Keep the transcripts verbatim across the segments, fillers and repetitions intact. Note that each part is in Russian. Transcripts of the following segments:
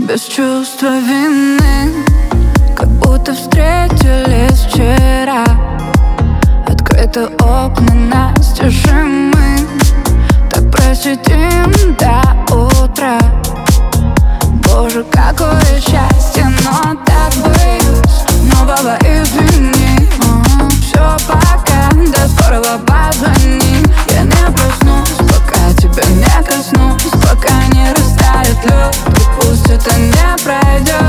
без чувства вины, как будто встретились вчера. Открыты окна, настежь, мы так просидим до утра. Боже, какое счастье, но так боюсь нового, извини. Все, пока, до скорого, позвони. Я не проснусь, пока тебя не коснусь, пока не растает лед, и пусть это не пройдет.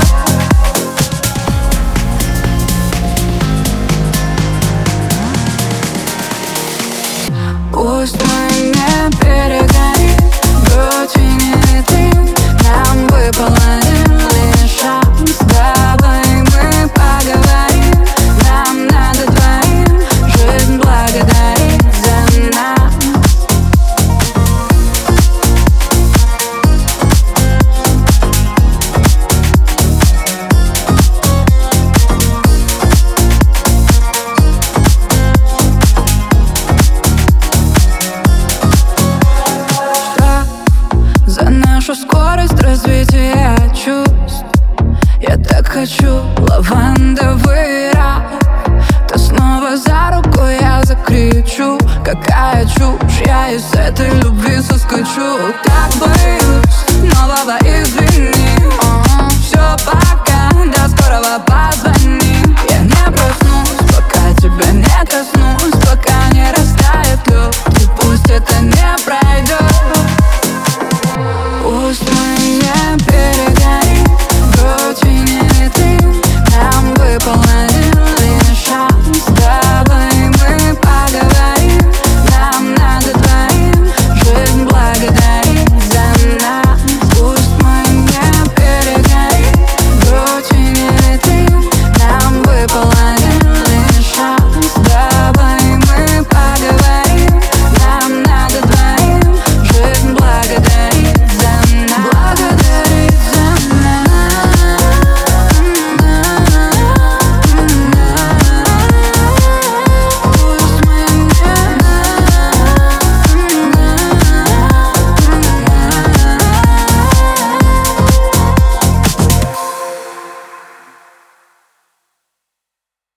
Пусть мы не перегорим, будь винен ты, нам выпал один лишь шанс. Давай мы поговорим, нам надо двоим жизнь благодарить за нас. За нашу скорость развития чувств я так хочу лавандовый рай. То снова за руку я закричу: какая чушь, я из этой любви соскочу. Так боюсь нового, извини.